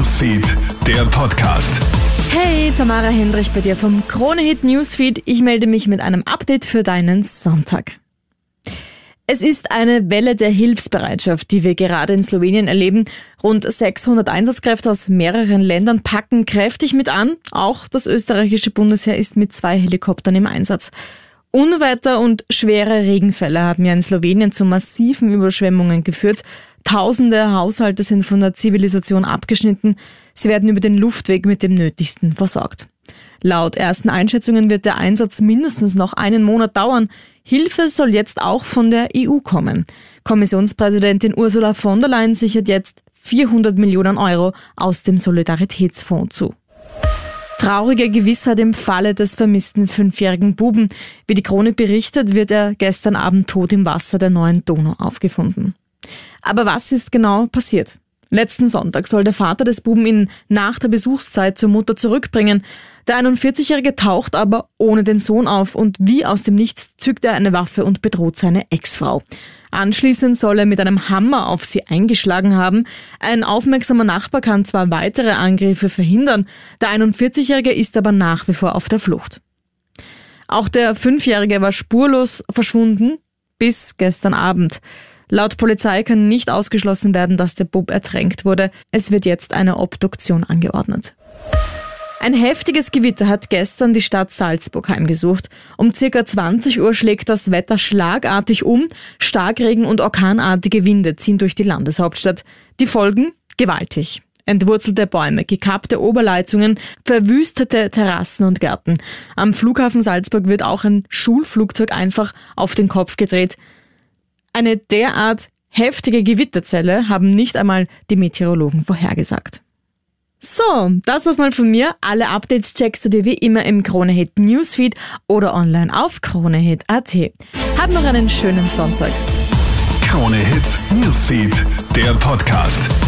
Newsfeed, der Podcast. Hey, Tamara Hendrich bei dir vom Krone-Hit Newsfeed. Ich melde mich mit einem Update für deinen Sonntag. Es ist eine Welle der Hilfsbereitschaft, die wir gerade in Slowenien erleben. Rund 600 Einsatzkräfte aus mehreren Ländern packen kräftig mit an. Auch das österreichische Bundesheer ist mit 2 Helikoptern im Einsatz. Unwetter und schwere Regenfälle haben ja in Slowenien zu massiven Überschwemmungen geführt. Tausende Haushalte sind von der Zivilisation abgeschnitten. Sie werden über den Luftweg mit dem Nötigsten versorgt. Laut ersten Einschätzungen wird der Einsatz mindestens noch einen Monat dauern. Hilfe soll jetzt auch von der EU kommen. Kommissionspräsidentin Ursula von der Leyen sichert jetzt 400 Millionen Euro aus dem Solidaritätsfonds zu. Traurige Gewissheit im Falle des vermissten 5-jährigen Buben. Wie die Krone berichtet, wird er gestern Abend tot im Wasser der Neuen Donau aufgefunden. Aber was ist genau passiert? Letzten Sonntag soll der Vater des Buben ihn nach der Besuchszeit zur Mutter zurückbringen. Der 41-Jährige taucht aber ohne den Sohn auf und wie aus dem Nichts zückt er eine Waffe und bedroht seine Ex-Frau. Anschließend soll er mit einem Hammer auf sie eingeschlagen haben. Ein aufmerksamer Nachbar kann zwar weitere Angriffe verhindern, der 41-Jährige ist aber nach wie vor auf der Flucht. Auch der 5-Jährige war spurlos verschwunden bis gestern Abend. Laut Polizei kann nicht ausgeschlossen werden, dass der Bub ertränkt wurde. Es wird jetzt eine Obduktion angeordnet. Ein heftiges Gewitter hat gestern die Stadt Salzburg heimgesucht. Um ca. 20 Uhr schlägt das Wetter schlagartig um. Starkregen und orkanartige Winde ziehen durch die Landeshauptstadt. Die Folgen? Gewaltig. Entwurzelte Bäume, gekappte Oberleitungen, verwüstete Terrassen und Gärten. Am Flughafen Salzburg wird auch ein Schulflugzeug einfach auf den Kopf gedreht. Eine derart heftige Gewitterzelle haben nicht einmal die Meteorologen vorhergesagt. So, das war's mal von mir. Alle Updates checkst du dir wie immer im Krone-Hit Newsfeed oder online auf kronehit.at. Hab noch einen schönen Sonntag. Krone-Hit Newsfeed, der Podcast.